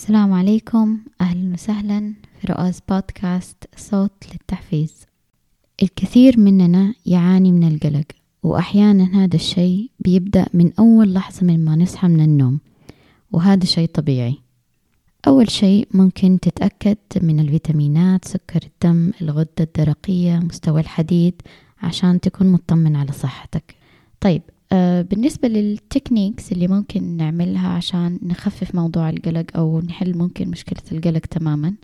السلام عليكم، أهلا وسهلا في رؤاز بودكاست صوت للتحفيز. الكثير مننا يعاني من القلق، وأحيانا هذا الشيء بيبدأ من أول لحظة من ما نصحى من النوم، وهذا شيء طبيعي. أول شيء ممكن تتأكد من الفيتامينات، سكر الدم، الغدة الدرقية، مستوى الحديد، عشان تكون مطمن على صحتك. طيب، بالنسبة للتكنيكس اللي ممكن نعملها عشان نخفف موضوع القلق أو نحل ممكن مشكلة القلق تماما،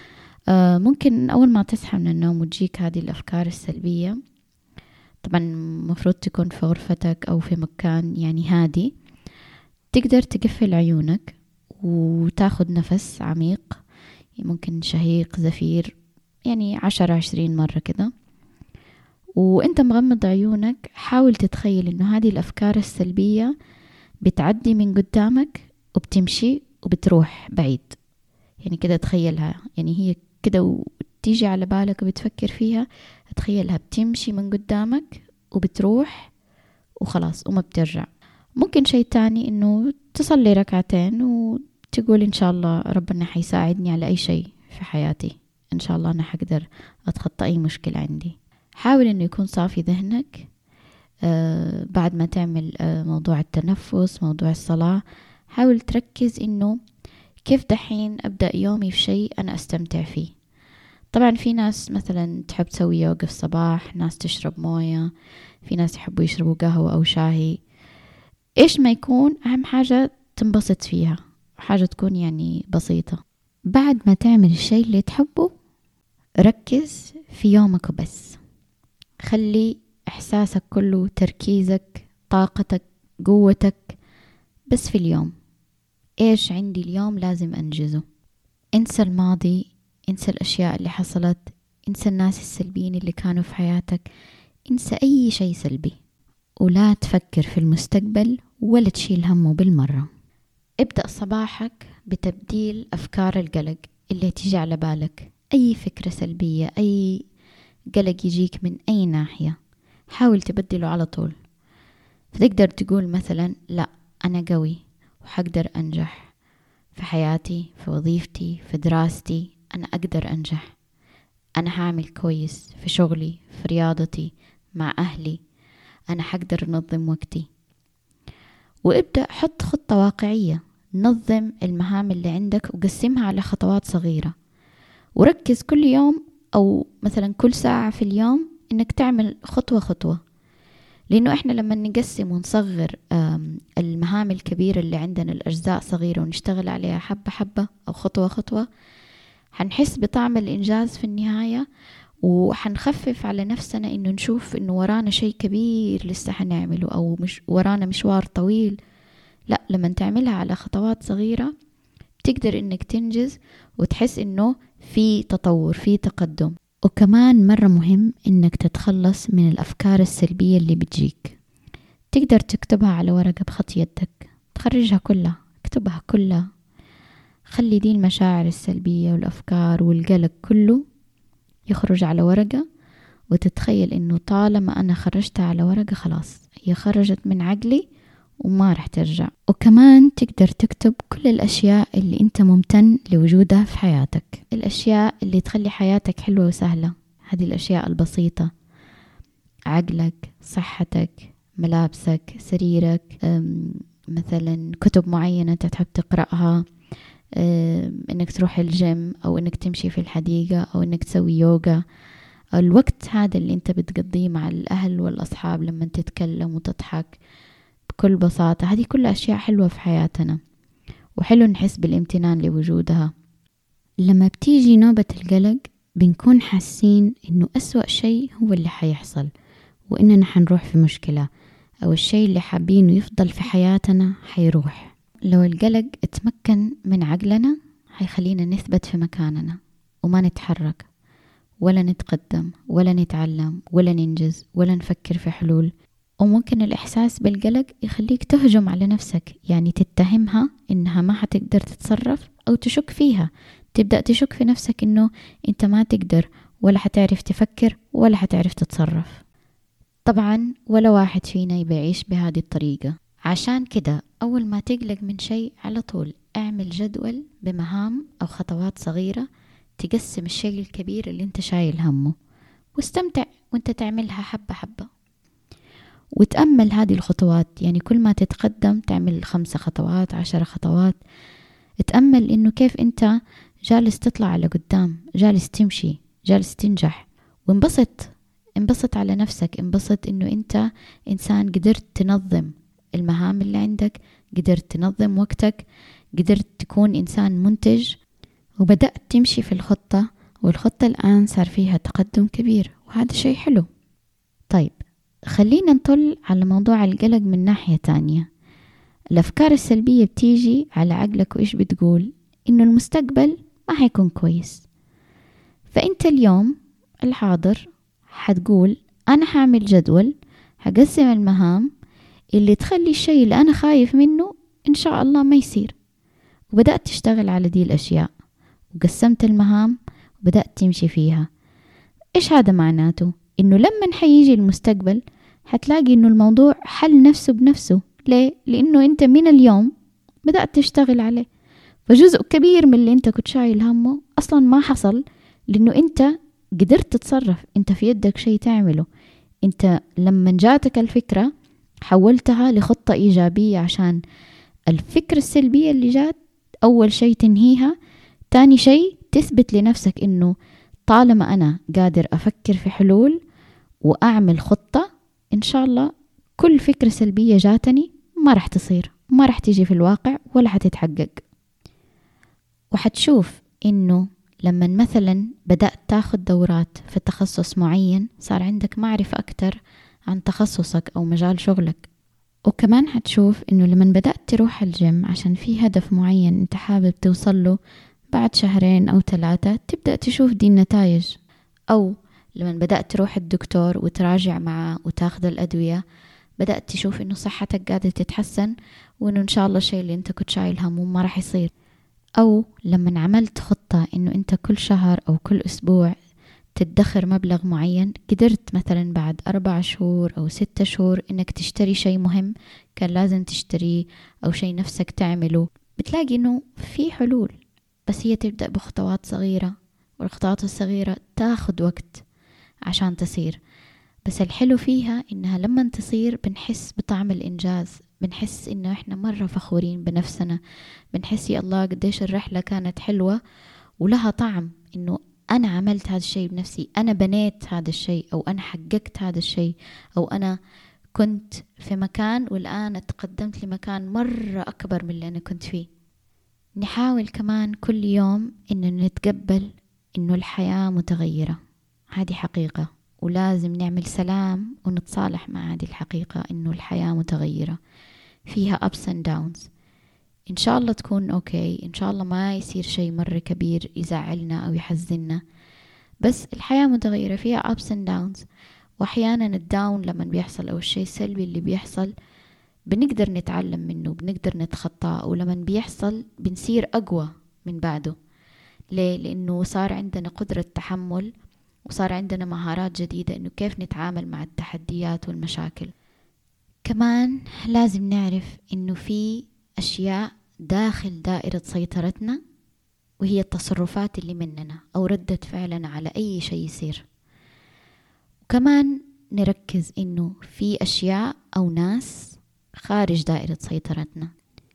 ممكن أول ما تصحى من النوم وتجيك هذه الأفكار السلبية، طبعا مفروض تكون في غرفتك أو في مكان يعني هادي، تقدر تقفل عيونك وتاخد نفس عميق، ممكن شهيق زفير يعني 10-20 مرة كده، وانت مغمض عيونك حاول تتخيل انه هذه الافكار السلبية بتعدي من قدامك وبتمشي وبتروح بعيد. يعني كده تخيلها، يعني هي كده وتيجي على بالك وبتفكر فيها، تخيلها بتمشي من قدامك وبتروح وخلاص وما بترجع. ممكن شيء تاني انه تصلي ركعتين وتقول ان شاء الله ربنا حيساعدني على اي شيء في حياتي، ان شاء الله انا حقدر اتخطى اي مشكلة عندي. حاول انه يكون صافي ذهنك. بعد ما تعمل موضوع التنفس، موضوع الصلاة، حاول تركز انه كيف دحين ابدأ يومي في شيء انا استمتع فيه. طبعا في ناس مثلا تحب تسوي يوغا في الصباح، ناس تشرب موية، في ناس يحبوا يشربوا قهوة او شاهي. ايش ما يكون، اهم حاجة تنبسط فيها، حاجة تكون يعني بسيطة. بعد ما تعمل الشيء اللي تحبه، ركز في يومك وبس. خلي إحساسك كله، تركيزك، طاقتك، قوتك بس في اليوم. إيش عندي اليوم لازم أنجزه. انسى الماضي، انسى الأشياء اللي حصلت، انسى الناس السلبيين اللي كانوا في حياتك، انسى أي شيء سلبي، ولا تفكر في المستقبل ولا تشيل همه بالمرة. ابدأ صباحك بتبديل أفكار القلق اللي تيجي على بالك. أي فكرة سلبية، أي قلق يجيك من أي ناحية، حاول تبدله على طول. فتقدر تقول مثلا لا، أنا قوي وحقدر أنجح في حياتي، في وظيفتي، في دراستي، أنا أقدر أنجح، أنا هعمل كويس في شغلي، في رياضتي، مع أهلي، أنا حقدر أنظم وقتي. وابدأ حط خطة واقعية، نظم المهام اللي عندك وقسمها على خطوات صغيرة، وركز كل يوم أو مثلا كل ساعة في اليوم إنك تعمل خطوة خطوة. لأنه إحنا لما نقسم ونصغر المهام الكبيرة اللي عندنا الأجزاء صغيرة ونشتغل عليها حبة حبة أو خطوة خطوة، حنحس بطعم الإنجاز في النهاية، وحنخفف على نفسنا إنه نشوف إنه ورانا شيء كبير لسه حنعمله أو مش ورانا مشوار طويل. لا، لما تعملها على خطوات صغيرة تقدر إنك تنجز وتحس إنه في تطور، في تقدم. وكمان مرة مهم إنك تتخلص من الأفكار السلبية اللي بتجيك. تقدر تكتبها على ورقة بخط يدك، تخرجها كلها، اكتبها كلها. خلي دي المشاعر السلبية والأفكار والقلق كله يخرج على ورقة، وتتخيل إنه طالما أنا خرجتها على ورقة خلاص هي خرجت من عقلي وما رح ترجع. وكمان تقدر تكتب كل الأشياء اللي أنت ممتن لوجودها في حياتك، الأشياء اللي تخلي حياتك حلوة وسهلة. هذه الأشياء البسيطة، عقلك، صحتك، ملابسك، سريرك، مثلا كتب معينة أنت تحب تقرأها، إنك تروح الجيم أو إنك تمشي في الحديقة أو إنك تسوي يوغا. الوقت هذا اللي أنت بتقضيه مع الأهل والأصحاب لما تتكلم وتضحك بكل بساطة، هذه كل أشياء حلوة في حياتنا، وحلو نحس بالامتنان لوجودها. لما بتيجي نوبة القلق بنكون حاسين إنه أسوأ شيء هو اللي حيحصل، وإننا حنروح في مشكلة، أو الشيء اللي حابينه يفضل في حياتنا حيروح. لو القلق اتمكن من عقلنا حيخلينا نثبت في مكاننا وما نتحرك ولا نتقدم ولا نتعلم ولا ننجز ولا نفكر في حلول. وممكن الإحساس بالقلق يخليك تهجم على نفسك، يعني تتهمها إنها ما حتقدر تتصرف أو تشك فيها، تبدأ تشك في نفسك إنه أنت ما تقدر ولا حتعرف تفكر ولا حتعرف تتصرف. طبعا ولا واحد فينا يبي يعيش بهذه الطريقة. عشان كده أول ما تقلق من شيء على طول اعمل جدول بمهام أو خطوات صغيرة تقسم الشيء الكبير اللي انت شايل همه، واستمتع وانت تعملها حبة حبة. وتأمل هذه الخطوات، يعني كل ما تتقدم تعمل 5 خطوات 10 خطوات، تأمل انه كيف انت جالس تطلع على قدام، جالس تمشي، جالس تنجح. انبسط على نفسك، انبسط انه انت انسان قدرت تنظم المهام اللي عندك، قدرت تنظم وقتك، قدرت تكون انسان منتج، وبدأت تمشي في الخطة، والخطة الآن صار فيها تقدم كبير، وهذا شيء حلو. طيب خلينا نطل على موضوع القلق من ناحية تانية. الأفكار السلبية بتيجي على عقلك وإيش بتقول؟ إنه المستقبل ما حيكون كويس. فأنت اليوم الحاضر حتقول أنا حاعمل جدول، هقسم المهام اللي تخلي الشيء اللي أنا خايف منه إن شاء الله ما يصير. وبدأت تشتغل على دي الأشياء، وقسمت المهام وبدأت تمشي فيها. إيش هذا معناته؟ إنه لما حيجي المستقبل حتلاقي إنه الموضوع حل نفسه بنفسه. ليه؟ لأنه أنت من اليوم بدأت تشتغل عليه. فجزء كبير من اللي أنت كنت شايل همه أصلا ما حصل، لأنه أنت قدرت تتصرف، أنت في يدك شيء تعمله. أنت لما جاتك الفكرة حولتها لخطة إيجابية، عشان الفكرة السلبية اللي جات أول شيء تنهيها، تاني شيء تثبت لنفسك إنه طالما أنا قادر أفكر في حلول وأعمل خطة، إن شاء الله كل فكرة سلبية جاتني ما رح تصير، ما رح تيجي في الواقع ولا حتتحقق. وحتشوف إنه لما مثلا بدأت تاخد دورات في تخصص معين صار عندك معرفة أكتر عن تخصصك أو مجال شغلك. وكمان حتشوف إنه لما بدأت تروح الجيم عشان في هدف معين أنت حابب توصل له، بعد 2 أو 3 تبدأ تشوف دي النتائج. أو لما بدأت تروح الدكتور وتراجع معه وتاخذ الأدوية، بدأت تشوف إنه صحتك قاعدة تتحسن، وإنه إن شاء الله الشيء اللي أنت كنت شايل همه ما راح يصير. أو لما عملت خطة إنه أنت كل شهر أو كل أسبوع تدخر مبلغ معين، قدرت مثلا بعد 4 شهور أو 6 شهور إنك تشتري شيء مهم كان لازم تشتريه، أو شيء نفسك تعمله، بتلاقي إنه في حلول. بس هي تبدأ بخطوات صغيرة، والخطوات الصغيرة تاخد وقت عشان تصير. بس الحلو فيها إنها لما تصير بنحس بطعم الإنجاز، بنحس إنه إحنا مرة فخورين بنفسنا، بنحس يا الله قديش الرحلة كانت حلوة ولها طعم، إنه أنا عملت هذا الشيء بنفسي، أنا بنيت هذا الشيء، أو أنا حققت هذا الشيء، أو أنا كنت في مكان والآن تقدمت لمكان مرة أكبر من اللي أنا كنت فيه. نحاول كمان كل يوم إنه نتقبل إنه الحياة متغيرة، هذه حقيقة، ولازم نعمل سلام ونتصالح مع هذه الحقيقة إنه الحياة متغيرة، فيها ups and downs. إن شاء الله تكون أوكي، إن شاء الله ما يصير شيء مرة كبير يزعلنا أو يحزننا، بس الحياة متغيرة فيها ups and downs. وأحيانا الداون لما بيحصل أو الشيء السلبي اللي بيحصل بنقدر نتعلم منه، بنقدر نتخطاه، ولما بيحصل بنصير أقوى من بعده. ليه؟ لأنه صار عندنا قدرة تحمل، وصار عندنا مهارات جديدة إنه كيف نتعامل مع التحديات والمشاكل. كمان لازم نعرف إنه في أشياء داخل دائرة سيطرتنا، وهي التصرفات اللي مننا أو ردة فعلنا على أي شيء يصير. وكمان نركز إنه في أشياء أو ناس خارج دائرة سيطرتنا.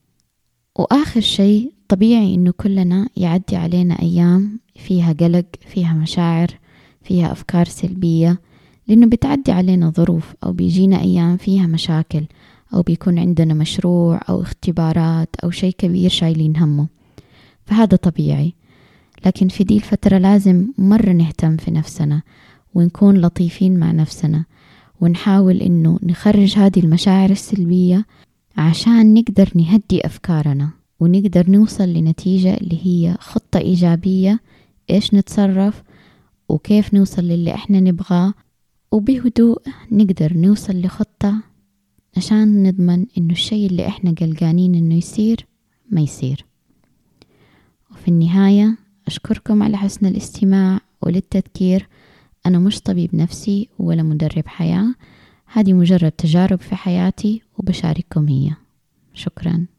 وآخر شيء طبيعي إنه كلنا يعدي علينا أيام فيها قلق، فيها مشاعر، فيها أفكار سلبية، لأنه بتعدي علينا ظروف، أو بيجينا أيام فيها مشاكل، أو بيكون عندنا مشروع أو اختبارات أو شيء كبير شايلين همه. فهذا طبيعي، لكن في دي الفترة لازم مرة نهتم في نفسنا، ونكون لطيفين مع نفسنا، ونحاول إنه نخرج هذه المشاعر السلبية عشان نقدر نهدي أفكارنا، ونقدر نوصل لنتيجة اللي هي خطة إيجابية، إيش نتصرف وكيف نوصل للي إحنا نبغاه، وبهدوء نقدر نوصل لخطة عشان نضمن إنه الشيء اللي إحنا قلقانين إنه يصير ما يصير. وفي النهاية أشكركم على حسن الاستماع وللتذكير. أنا مش طبيب نفسي ولا مدرب حياة، هذه مجرد تجارب في حياتي وبشارككم هي. شكرا.